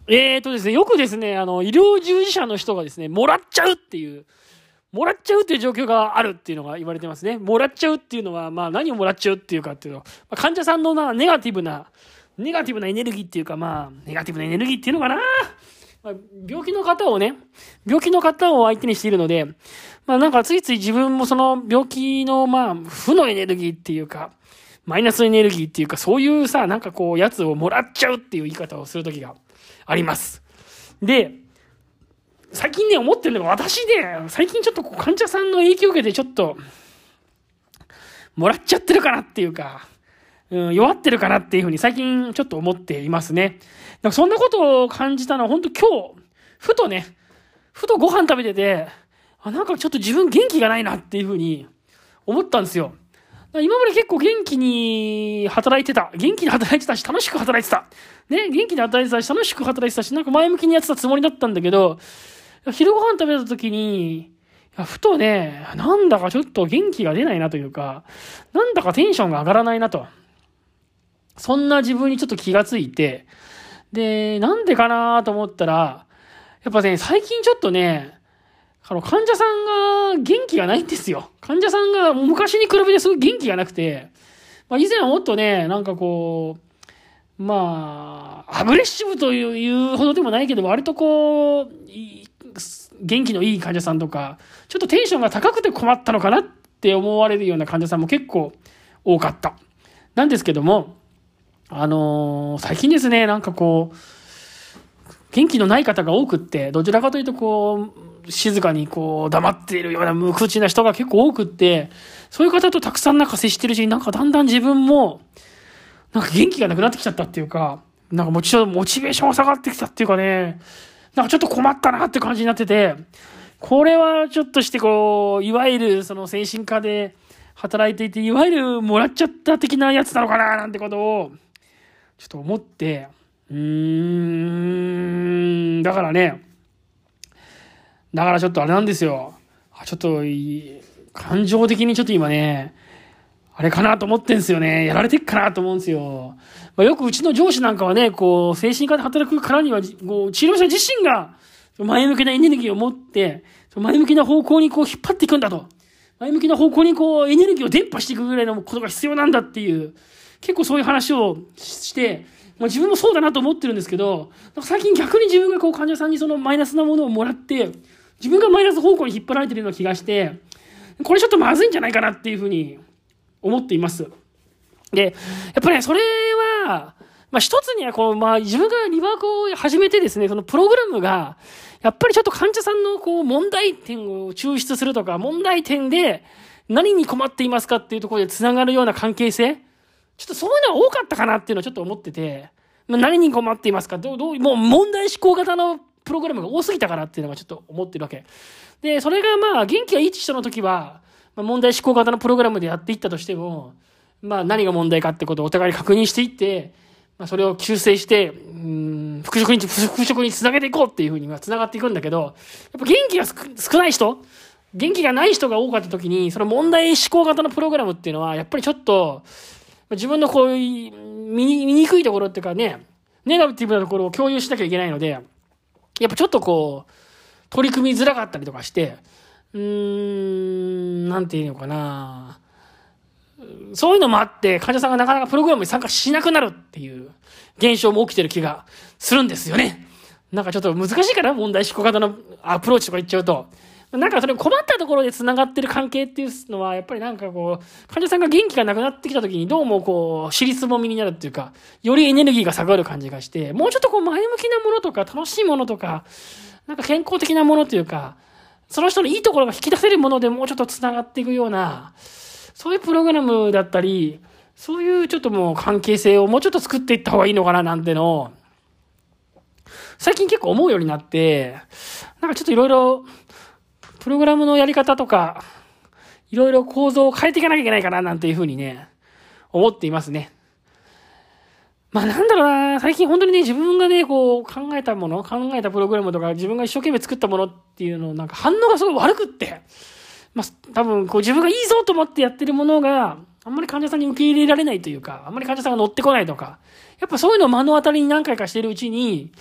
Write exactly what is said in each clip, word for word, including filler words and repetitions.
えーとですね、よくですね、あの、医療従事者の人がですね、もらっちゃうっていう、もらっちゃうっていう状況があるっていうのが言われてますね。もらっちゃうっていうのは、まあ何をもらっちゃうっていうかっていうのは、まあ、患者さんのな、ネガティブな、ネガティブなエネルギーっていうか、まあ、ネガティブなエネルギーっていうのかな。まあ、病気の方をね、病気の方を相手にしているので、まあなんかついつい自分もその病気の、まあ、負のエネルギーっていうか、マイナスエネルギーっていうか、そういうさ、なんかこう、やつをもらっちゃうっていう言い方をするときがあります。で、最近ね、思ってるのが、私ね、最近ちょっと患者さんの影響を受けてちょっと、もらっちゃってるかなっていうか、うん、弱ってるかなっていうふうに最近ちょっと思っていますね。だからそんなことを感じたのは、本当今日、ふとね、ふとご飯食べてて、あ、なんかちょっと自分元気がないなっていうふうに思ったんですよ。今まで結構元気に働いてた。元気に働いてたし、楽しく働いてた。ね、元気に働いてたし、楽しく働いてたし、なんか前向きにやってたつもりだったんだけど、昼ご飯食べた時に、ふとね、なんだかちょっと元気が出ないなというか、なんだかテンションが上がらないなと。そんな自分にちょっと気がついて、で、なんでかなと思ったら、やっぱね、最近ちょっとね、あの、患者さんが元気がないんですよ。患者さんが昔に比べてすごい元気がなくて、まあ以前はもっとね、なんかこう、まあ、アグレッシブというほどでもないけど、割とこう、元気のいい患者さんとか、ちょっとテンションが高くて困ったのかなって思われるような患者さんも結構多かった。なんですけども、あのー、最近ですね、なんかこう、元気のない方が多くって、どちらかというとこう、静かにこう、黙っているような無口な人が結構多くって、そういう方とたくさんなんか接してるうちに、なんかだんだん自分も、なんか元気がなくなってきちゃったっていうか、なんかもちろんモチベーションが下がってきたっていうかね、なんかちょっと困ったなって感じになってて、これはちょっとしてこう、いわゆるその精神科で働いていて、いわゆるもらっちゃった的なやつなのかななんてことを、ちょっと思って、うーん、だからね、だからちょっとあれなんですよ。ちょっと、感情的にちょっと今ね、あれかなと思ってんすよね。やられてっかなと思うんですよ。まあ、よくうちの上司なんかはね、こう、精神科で働くからには、こう、治療者自身が前向きなエネルギーを持って、前向きな方向にこう引っ張っていくんだと。前向きな方向にこう、エネルギーを伝播していくぐらいのことが必要なんだっていう、結構そういう話をして、まあ、自分もそうだなと思ってるんですけど、最近逆に自分がこう患者さんにそのマイナスなものをもらって、自分がマイナス方向に引っ張られているような気がして、これちょっとまずいんじゃないかなっていうふうに思っています。で、やっぱりね、それは、まあ一つにはこう、まあ自分がリワークを始めてですね、そのプログラムが、やっぱりちょっと患者さんのこう問題点を抽出するとか、問題点で何に困っていますかっていうところで繋がるような関係性、ちょっとそういうのが多かったかなっていうのをちょっと思ってて、何に困っていますか、どう、どう、もう問題思考型のプログラムが多すぎたかなっていうのがちょっと思ってるわけ。で、それがまあ元気がいい人の時は、まあ、問題思考型のプログラムでやっていったとしても、まあ何が問題かってことをお互いに確認していって、まあそれを修正して、うん、復職に、復職につなげていこうっていうふうにはつながっていくんだけど、やっぱ元気が少ない人、元気がない人が多かった時に、その問題思考型のプログラムっていうのは、やっぱりちょっと、自分のこういう見に、見にくいところっていうかね、ネガティブなところを共有しなきゃいけないので、やっぱちょっとこう、取り組みづらかったりとかして、うーん、なんていうのかな。そういうのもあって、患者さんがなかなかプログラムに参加しなくなるっていう現象も起きてる気がするんですよね。なんかちょっと難しいかな、問題思考型のアプローチとか言っちゃうと。なんかそれ困ったところで繋がってる関係っていうのは、やっぱりなんかこう、患者さんが元気がなくなってきた時にどうもこう、尻すぼみになるっていうか、よりエネルギーが下がる感じがして、もうちょっとこう前向きなものとか、楽しいものとか、なんか健康的なものというか、その人のいいところが引き出せるものでもうちょっと繋がっていくような、そういうプログラムだったり、そういうちょっともう関係性をもうちょっと作っていった方がいいのかななんてのを、最近結構思うようになって、なんかちょっといろいろ、プログラムのやり方とか、いろいろ構造を変えていかなきゃいけないかななんていうふうにね、思っていますね。まあなんだろうな、最近本当にね、自分がね、こう考えたもの、考えたプログラムとか、自分が一生懸命作ったものっていうのをなんか反応がすごい悪くって、まあ多分こう自分がいいぞと思ってやってるものが、あんまり患者さんに受け入れられないというか、あんまり患者さんが乗ってこないとか、やっぱそういうのを目の当たりに何回かしているうちに、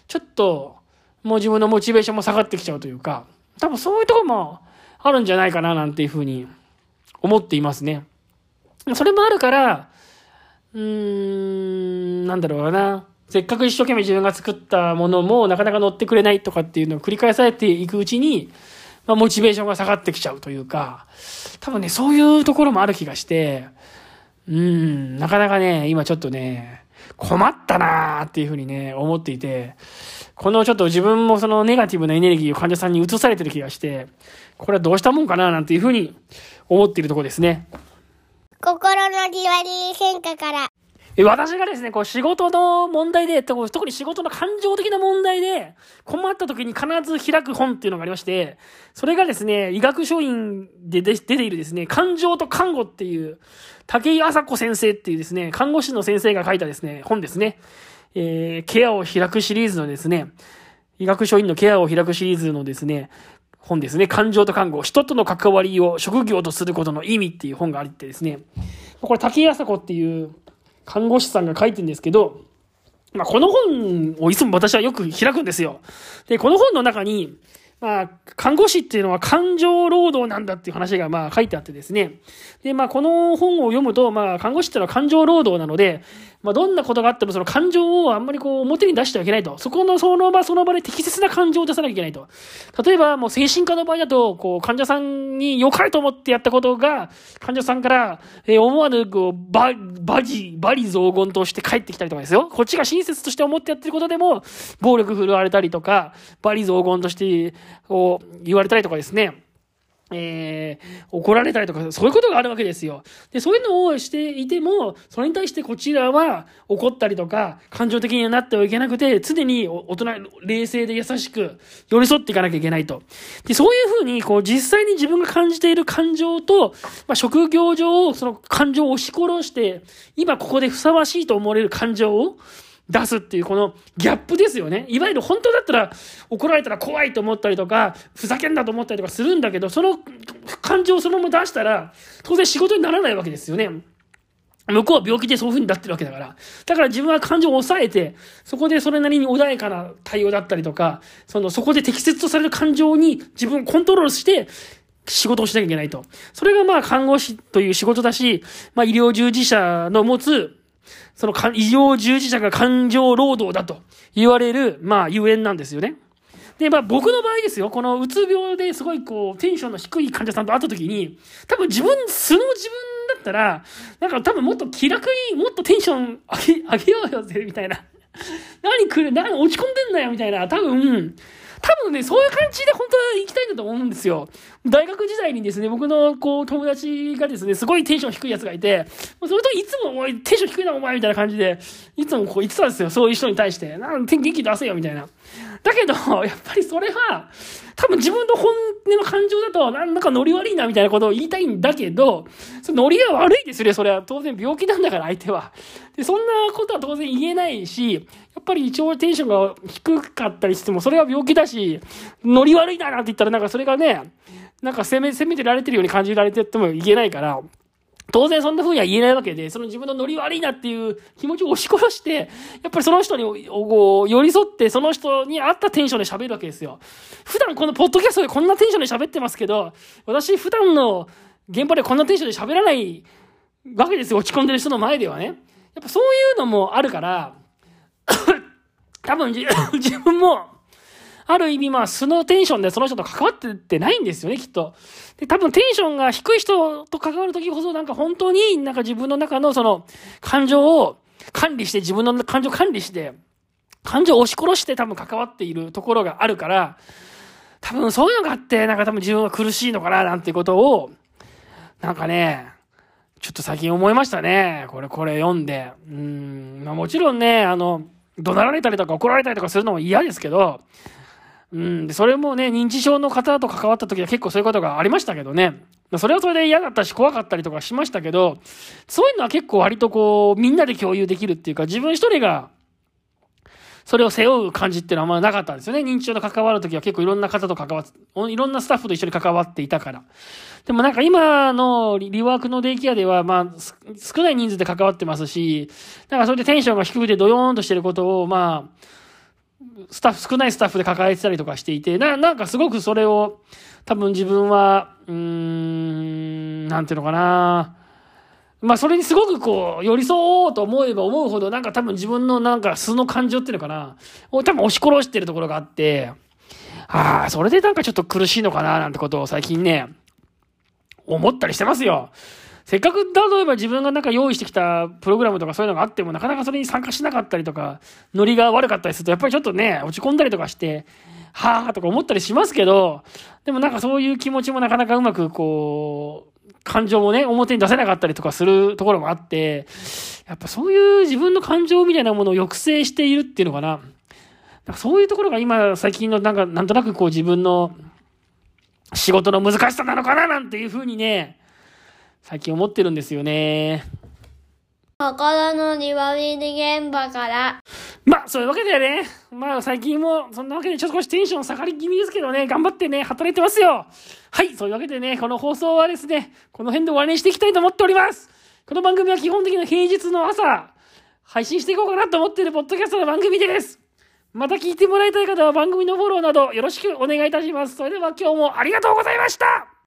ちょっと、もう自分のモチベーションも下がってきちゃうというか、多分そういうところもあるんじゃないかななんていうふうに思っていますね。それもあるから、うーん、なんだろうな。せっかく一生懸命自分が作ったものもなかなか乗ってくれないとかっていうのを繰り返されていくうちに、まあ、モチベーションが下がってきちゃうというか、多分ね、そういうところもある気がして、うーん、なかなかね、今ちょっとね、困ったなーっていうふうにね、思っていて、このちょっと自分もそのネガティブなエネルギーを患者さんに移されてる気がして、これはどうしたもんかななんていうふうに思っているところですね。 心のじわり変化から。 私がですね、こう仕事の問題で、特に仕事の感情的な問題で困った時に必ず開く本っていうのがありまして、それがですね、医学書院で出ているですね、感情と看護っていう、武井麻子先生っていうですね、看護師の先生が書いたですね、本ですね。えー、ケアを開くシリーズのですね、医学書院のケアを開くシリーズのですね、本ですね、感情と看護、人との関わりを職業とすることの意味っていう本があってですね、これ武井麻子っていう看護師さんが書いてるんですけど、まあ、この本をいつも私はよく開くんですよ。で、この本の中に、まあ、看護師っていうのは感情労働なんだっていう話がまあ書いてあってですね。で、まあ、この本を読むと、まあ、看護師っていうのは感情労働なので、まあ、どんなことがあってもその感情をあんまりこう表に出してはいけないと。そこのその場その場で適切な感情を出さなきゃいけないと。例えばもう精神科の場合だと、こう患者さんに良かれと思ってやったことが、患者さんから、えー、思わぬこうバ、バジ、バリ雑言として帰ってきたりとかですよ。こっちが親切として思ってやってることでも、暴力振るわれたりとか、バリ雑言として、こう言われたりとかですね。えー、怒られたりとか、そういうことがあるわけですよ。で、そういうのをしていても、それに対してこちらは怒ったりとか、感情的になってはいけなくて、常に大人、冷静で優しく寄り添っていかなきゃいけないと。で、そういうふうに、こう、実際に自分が感じている感情と、まあ、職業上、その感情を押し殺して、今ここでふさわしいと思われる感情を、出すっていうこのギャップですよね。いわゆる本当だったら怒られたら怖いと思ったりとか、ふざけんなと思ったりとかするんだけど、その感情をそのまま出したら、当然仕事にならないわけですよね。向こうは病気でそういう風になってるわけだから。だから自分は感情を抑えて、そこでそれなりに穏やかな対応だったりとか、その、そこで適切とされる感情に自分をコントロールして、仕事をしなきゃいけないと。それがまあ看護師という仕事だし、まあ医療従事者の持つ、その医療従事者が感情労働だと言われる、まあ、ゆえんなんですよね。で、まあ僕の場合ですよ、このうつ病ですごいこう、テンションの低い患者さんと会った時に、多分自分、素の自分だったら、なんか多分もっと気楽にもっとテンション上げ、上げようよぜ、みたいな。何来る、何落ち込んでんだよ、みたいな。多分、多分ね、そういう感じで本当は行きたいんだと思うんですよ。大学時代にですね、僕のこう友達がですね、すごいテンション低いやつがいて、それといつもお前テンション低いなお前みたいな感じで、いつもこう言ってたんですよ。そういう人に対して。なん元気出せよみたいな。だけど、やっぱりそれは、多分自分の本音の感情だと、なんかノリ悪いなみたいなことを言いたいんだけど、そのノリが悪いですよね、それは。当然病気なんだから相手は。で、そんなことは当然言えないし、やっぱり一応テンションが低かったりしても、それは病気だし、ノリ悪いななんて言ったらなんかそれがね、なんか責め、責めてられてるように感じられてても言えないから、当然そんな風には言えないわけで、その自分のノリ悪いなっていう気持ちを押し殺して、やっぱりその人に寄り添って、その人に合ったテンションで喋るわけですよ。普段このポッドキャストでこんなテンションで喋ってますけど、私普段の現場でこんなテンションで喋らないわけですよ。落ち込んでる人の前ではね。やっぱそういうのもあるから、多分自分も、ある意味まあ素のテンションでその人と関わってってないんですよね、きっと。で、多分テンションが低い人と関わるときこそなんか本当になんか自分の中のその感情を管理して、自分の感情を管理して、感情を押し殺して多分関わっているところがあるから、多分そういうのがあってなんか多分自分は苦しいのかななんていうことを、なんかね、ちょっと最近思いましたね。これ、これ読んで。うーん、まあもちろんね、あの、怒鳴られたりとか怒られたりとかするのも嫌ですけど、うん、でそれもね、認知症の方と関わった時は結構そういうことがありましたけどね。それはそれで嫌だったし怖かったりとかしましたけど、そういうのは結構割とこう、みんなで共有できるっていうか、自分一人がそれを背負う感じっていうのはあんまなかったんですよね。認知症と関わるときは結構いろんな方と関わって、いろんなスタッフと一緒に関わっていたから。でもなんか今のリワークのデイケアでは、まあ、少ない人数で関わってますし、なんかそれでテンションが低くてドヨーンとしてることを、まあ、 スタッフ、少ないスタッフで抱えてたりとかしていて、な、なんかすごくそれを、多分自分は、うーん、なんていうのかな。まあそれにすごくこう、寄り添おうと思えば思うほど、なんか多分自分のなんか素の感情っていうのかな。を多分押し殺してるところがあって、ああ、それでなんかちょっと苦しいのかな、なんてことを最近ね、思ったりしてますよ。せっかく、例えば自分がなんか用意してきたプログラムとかそういうのがあっても、なかなかそれに参加しなかったりとか、ノリが悪かったりすると、やっぱりちょっとね、落ち込んだりとかして、はぁとか思ったりしますけど、でもなんかそういう気持ちもなかなかうまくこう、感情もね、表に出せなかったりとかするところもあって、やっぱそういう自分の感情みたいなものを抑制しているっていうのかな。なんかそういうところが今、最近のなんか、なんとなくこう自分の仕事の難しさなのかななんていうふうにね、最近思ってるんですよね。 心のリハビリ現場から。 まあ、そういうわけだよね。まあ、最近も、そんなわけでちょっと少しテンション下がり気味ですけどね、頑張ってね、働いてますよ。はい、そういうわけでね、この放送はですね、この辺で終わりにしていきたいと思っております。この番組は基本的な平日の朝、配信していこうかなと思っているポッドキャストの番組です。また聞いてもらいたい方は番組のフォローなどよろしくお願いいたします。それでは今日もありがとうございました。